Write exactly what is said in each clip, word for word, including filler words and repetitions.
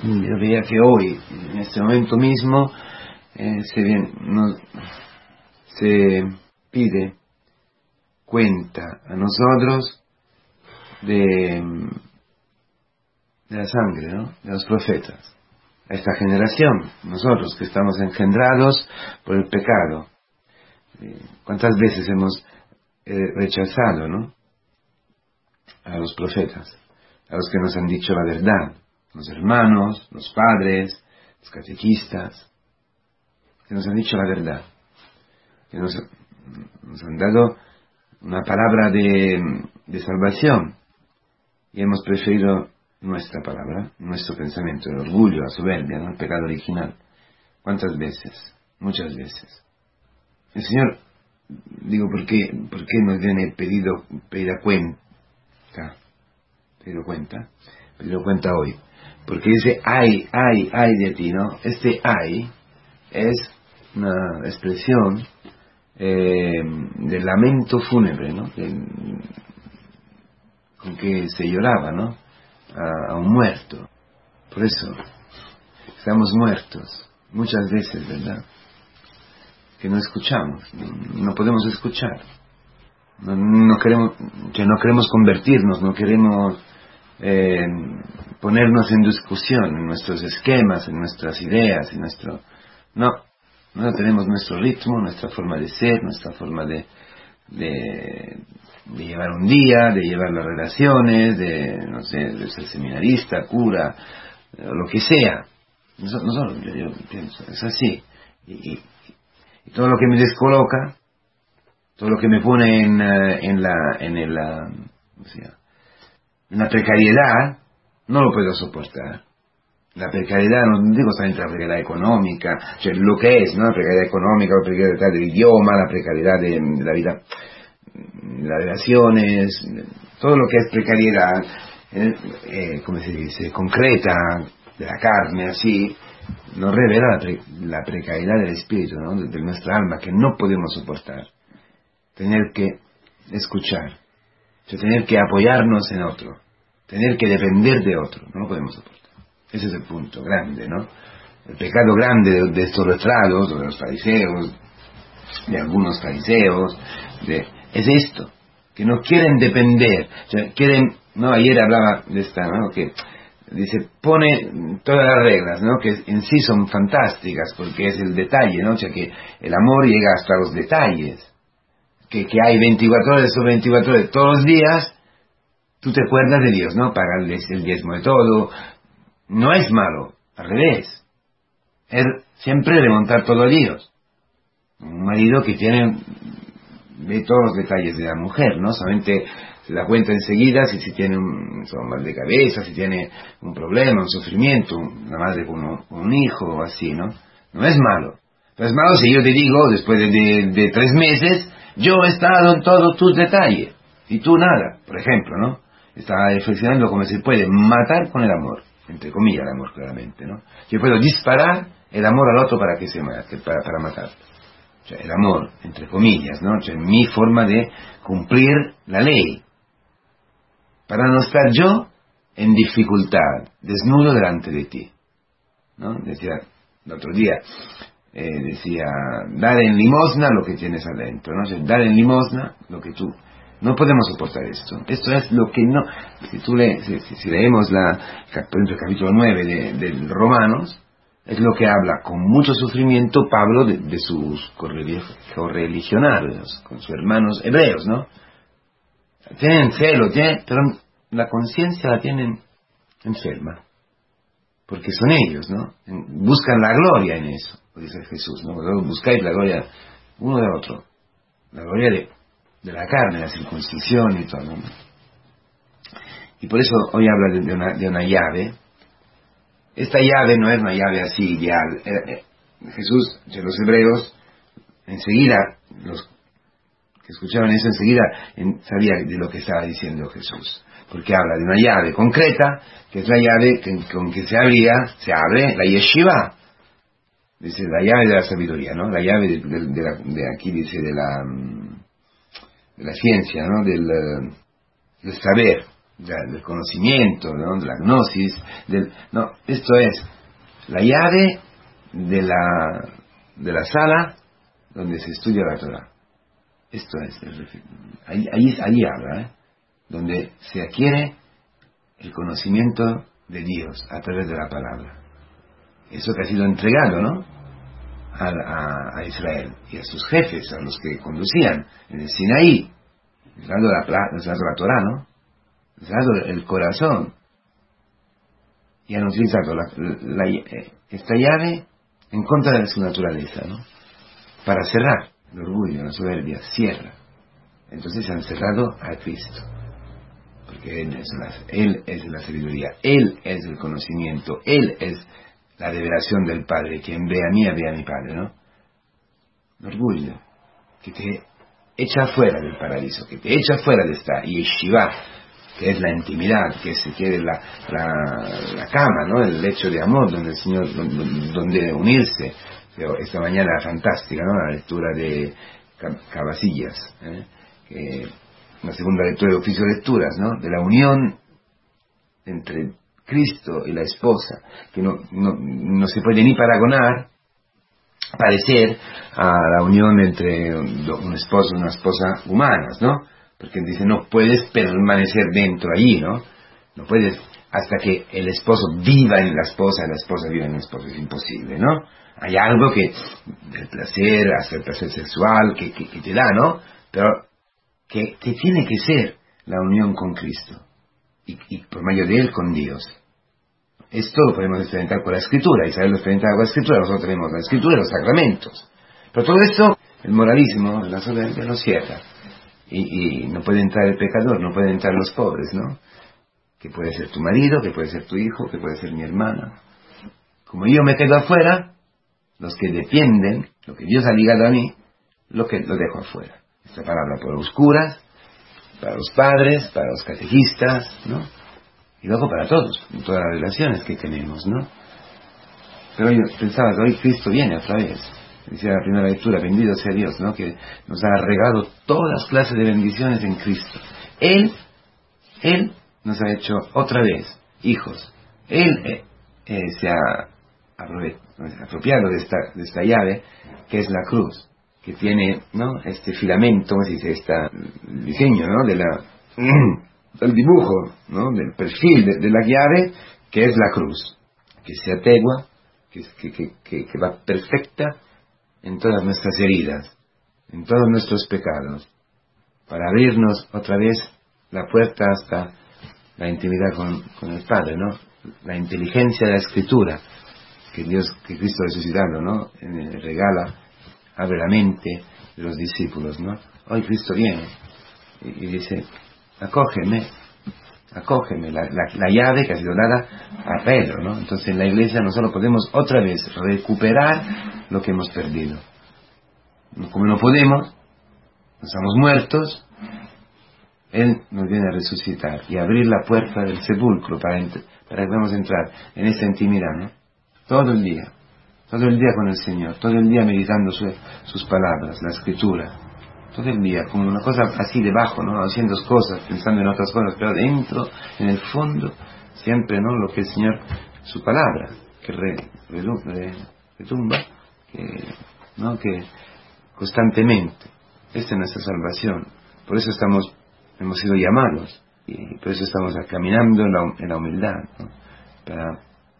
Yo veía que hoy, en este momento mismo, eh, se, bien, nos, se pide cuenta a nosotros de, de la sangre, ¿no?, de los profetas. A esta generación, nosotros que estamos engendrados por el pecado. ¿Cuántas veces hemos eh, rechazado, ¿no?, a los profetas, a los que nos han dicho la verdad, los hermanos, los padres, los catequistas, que nos han dicho la verdad, que nos, nos han dado una palabra de, de salvación, y hemos preferido nuestra palabra, nuestro pensamiento, el orgullo, la soberbia, ¿no?, el pecado original. ¿Cuántas veces? Muchas veces. El Señor, digo, ¿por qué, por qué nos viene pedido, pedida cuenta? Pedido cuenta, pedido cuenta hoy. Porque dice, ay, ay, ay de ti, ¿no? Este ay es una expresión eh, del lamento fúnebre, ¿no?, que, con que se lloraba, ¿no?, a, a un muerto. Por eso, estamos muertos, muchas veces, ¿verdad?, que no escuchamos, no, no podemos escuchar, no, no queremos, que no queremos convertirnos, no queremos eh, ponernos en discusión en nuestros esquemas, en nuestras ideas, en nuestro, no, no tenemos nuestro ritmo, nuestra forma de ser, nuestra forma de, de, de llevar un día, de llevar las relaciones, de, no sé, de ser seminarista, cura, lo que sea. Nosotros, yo, yo pienso, es así. Y, y, y todo lo que me descoloca, todo lo que me pone en, en la, en el, o sea, en la precariedad, no lo puedo soportar. La precariedad, no digo solamente la precariedad económica, cioè lo que es, ¿no?, la precariedad económica, la precariedad del idioma, la precariedad de, de la vida, las relaciones, todo lo que es precariedad, eh, eh, ¿cómo se dice?, concreta, de la carne, así, nos revela la, pre, la precariedad del espíritu, ¿no?, de, de nuestra alma, que no podemos soportar. Tener que escuchar, o sea, tener que apoyarnos en otro, tener que depender de otro, no lo podemos soportar. Ese es el punto grande, ¿no? El pecado grande de, de estos letrados, de los fariseos, de algunos fariseos, de, es esto, que no quieren depender, o sea, quieren, no, ayer hablaba de esta, ¿no?, que dice, pone todas las reglas, ¿no?, que en sí son fantásticas, porque es el detalle, ¿no?, o sea, que el amor llega hasta los detalles, que, que hay veinticuatro horas o veinticuatro horas todos los días, tú te acuerdas de Dios, ¿no?, pagarles el diezmo de todo. No es malo, al revés, es siempre remontar todo a Dios. Un marido que tiene, ve todos los detalles de la mujer, ¿no?, solamente se da cuenta enseguida si, si tiene un mal de cabeza, si tiene un problema, un sufrimiento, una madre con un, con un hijo o así, ¿no? No es malo. No es malo si yo te digo, después de, de, de tres meses, yo he estado en todos tus detalles y tú nada, por ejemplo, ¿no? Estaba reflexionando cómo se puede matar con el amor, entre comillas el amor, claramente, ¿no? Yo puedo disparar el amor al otro para que se mate, para, para matar. O sea, el amor, entre comillas, ¿no? O sea, mi forma de cumplir la ley, para no estar yo en dificultad, desnudo delante de ti, ¿no? Decía el otro día, eh, decía, dar en limosna lo que tienes adentro, ¿no? O sea, dar en limosna lo que tú... No podemos soportar esto. Esto es lo que no... Si tú le, si, si leemos la, por ejemplo, el capítulo nueve de, de Romanos, es lo que habla con mucho sufrimiento Pablo de, de sus correligionarios, con sus hermanos hebreos, ¿no? Tienen celo, tienen, pero la conciencia la tienen enferma, porque son ellos, ¿no? Buscan la gloria en eso, dice Jesús, ¿no? Buscáis la gloria uno de otro, la gloria de, de la carne, la circuncisión y todo, ¿no? Y por eso hoy habla de, de, una, de una llave. Esta llave no es una llave así ideal. Eh, eh, Jesús, de los hebreos, enseguida, los que escuchaban eso enseguida en, sabía de lo que estaba diciendo Jesús, porque habla de una llave concreta, que es la llave que, con que se abría, se abre la yeshiva, dice la llave de la sabiduría, ¿no? La llave de, de, de, la, de aquí dice de la, de la ciencia, ¿no? Del, del saber, ya, del conocimiento, ¿no? De la gnosis, del, no, esto es la llave de la, de la sala donde se estudia la Torah. Esto es, el, ahí, ahí, ahí habla, ¿eh? Donde se adquiere el conocimiento de Dios a través de la palabra. Eso que ha sido entregado, ¿no? A, a, a Israel y a sus jefes, a los que conducían en el Sinaí. Les ha dado la, les ha dado la Torah, ¿no? Les ha dado el corazón. Y han utilizado la, la, la, esta llave en contra de su naturaleza, ¿no? Para cerrar el orgullo, la soberbia, cierra. Entonces han cerrado a Cristo. Porque Él es, la, él es la sabiduría, Él es el conocimiento, Él es la revelación del Padre. Quien ve a mí, ve a mi Padre, ¿no? El orgullo que te echa fuera del paraíso, que te echa fuera de esta yeshiva, que es la intimidad, que es, que es la, la, la cama, ¿no? El lecho de amor donde el Señor, donde, donde unirse. Esta mañana fantástica, ¿no? La lectura de Cabasillas, ¿eh? Que, la segunda lectura de oficio de lecturas, ¿no? De la unión entre Cristo y la esposa, que no, no, no se puede ni paragonar, parecer a la unión entre un esposo y una esposa humanas, ¿no? Porque dice, no puedes permanecer dentro allí, ¿no? No puedes, hasta que el esposo viva en la esposa, la esposa viva en el esposo, es imposible, ¿no? Hay algo que, el placer, hasta el placer sexual, que, que, que te da, ¿no? Pero que, que tiene que ser la unión con Cristo, y, y por medio de Él con Dios. Esto lo podemos experimentar con la Escritura, y saberlo experimentar con la Escritura, nosotros tenemos la Escritura y los sacramentos. Pero todo esto, el moralismo, la soberbia lo cierra. Y, y no puede entrar el pecador, no pueden entrar los pobres, ¿no? Que puede ser tu marido, que puede ser tu hijo, que puede ser mi hermana. Como yo me quedo afuera, los que defienden lo que Dios ha ligado a mí, lo que lo dejo afuera. Esta palabra por oscuras, para los padres, para los catequistas, ¿no? Y luego para todos, en todas las relaciones que tenemos, ¿no? Pero yo pensaba que hoy Cristo viene otra vez. Decía la primera lectura, bendito sea Dios, ¿no? Que nos ha regalado todas clases de bendiciones en Cristo. Él, Él nos ha hecho otra vez hijos. Él eh, eh, se ha apropiado de esta, de esta llave, que es la cruz, que tiene, ¿no? Este filamento, ¿cómo se dice? Este diseño, ¿no? De la, del dibujo, ¿no? Del perfil de, de la llave, que es la cruz, que se ategua, que, que, que, que va perfecta en todas nuestras heridas, en todos nuestros pecados, para abrirnos otra vez la puerta hasta la intimidad con, con el Padre, ¿no? La inteligencia de la Escritura, que Dios, que Cristo resucitado, ¿no? Eh, regala, abre la mente de los discípulos, ¿no? Hoy Cristo viene y, y dice, acógeme, acógeme, la, la, la llave que ha sido dada a Pedro, ¿no? Entonces en la iglesia nosotros podemos otra vez recuperar lo que hemos perdido. Como no podemos, estamos muertos, Él nos viene a resucitar y abrir la puerta del sepulcro para, para que podamos entrar en esa intimidad, ¿no? Todo el día, todo el día con el Señor, todo el día meditando su, sus palabras, la Escritura, todo el día, como una cosa así debajo, ¿no? Haciendo cosas, pensando en otras cosas, pero dentro, en el fondo, siempre, ¿no? Lo que el Señor, su palabra, que re, re, retumba, que, ¿no? Que constantemente, esta es nuestra salvación. Por eso estamos, hemos sido llamados, y por eso estamos caminando en la, en la humildad, ¿no? Para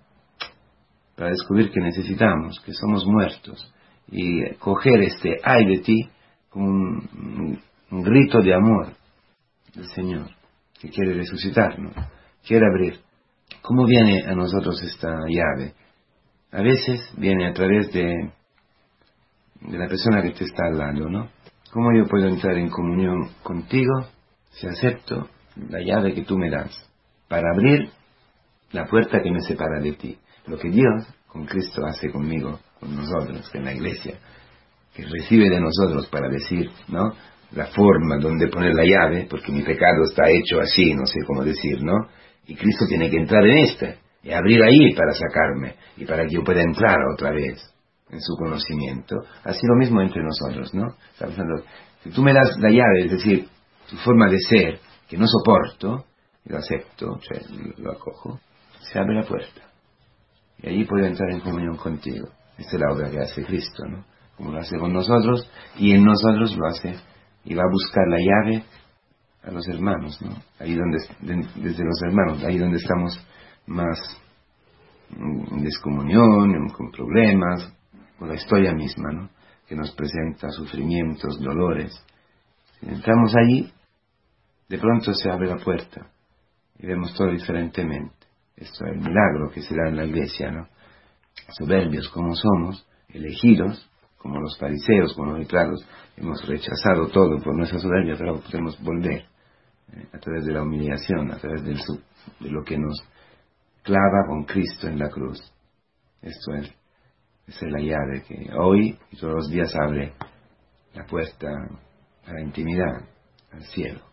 para descubrir que necesitamos, que somos muertos, y coger este ay de ti como un, un, un grito de amor del Señor, que quiere resucitarnos, quiere abrir. ¿Cómo viene a nosotros esta llave? A veces viene a través de, de la persona que te está al lado, ¿no? ¿Cómo yo puedo entrar en comunión contigo si acepto la llave que tú me das para abrir la puerta que me separa de ti? Lo que Dios con Cristo hace conmigo, con nosotros, en la iglesia, que recibe de nosotros para decir, ¿no? La forma donde poner la llave, porque mi pecado está hecho así, no sé cómo decir, ¿no? Y Cristo tiene que entrar en esta, y abrir ahí para sacarme, y para que yo pueda entrar otra vez en su conocimiento. Así lo mismo entre nosotros, ¿no? Si tú me das la llave, es decir, tu forma de ser, que no soporto, lo acepto, o sea, lo acojo, se abre la puerta. Y allí puedo entrar en comunión contigo. Esta es la obra que hace Cristo, ¿no? Como lo hace con nosotros, y en nosotros lo hace, y va a buscar la llave a los hermanos, ¿no? Ahí donde, desde los hermanos, ahí donde estamos más en descomunión, con problemas, con la historia misma, ¿no? Que nos presenta sufrimientos, dolores. Si entramos allí, de pronto se abre la puerta y vemos todo diferentemente. Esto es el milagro que se da en la iglesia, ¿no? Soberbios como somos, elegidos, como los fariseos, como los letrados, hemos rechazado todo por nuestra soberbia, pero podemos volver eh, a través de la humillación, a través del, de lo que nos clava con Cristo en la cruz. Esto es, esa es la llave que hoy y todos los días abre la puerta a la intimidad, al cielo.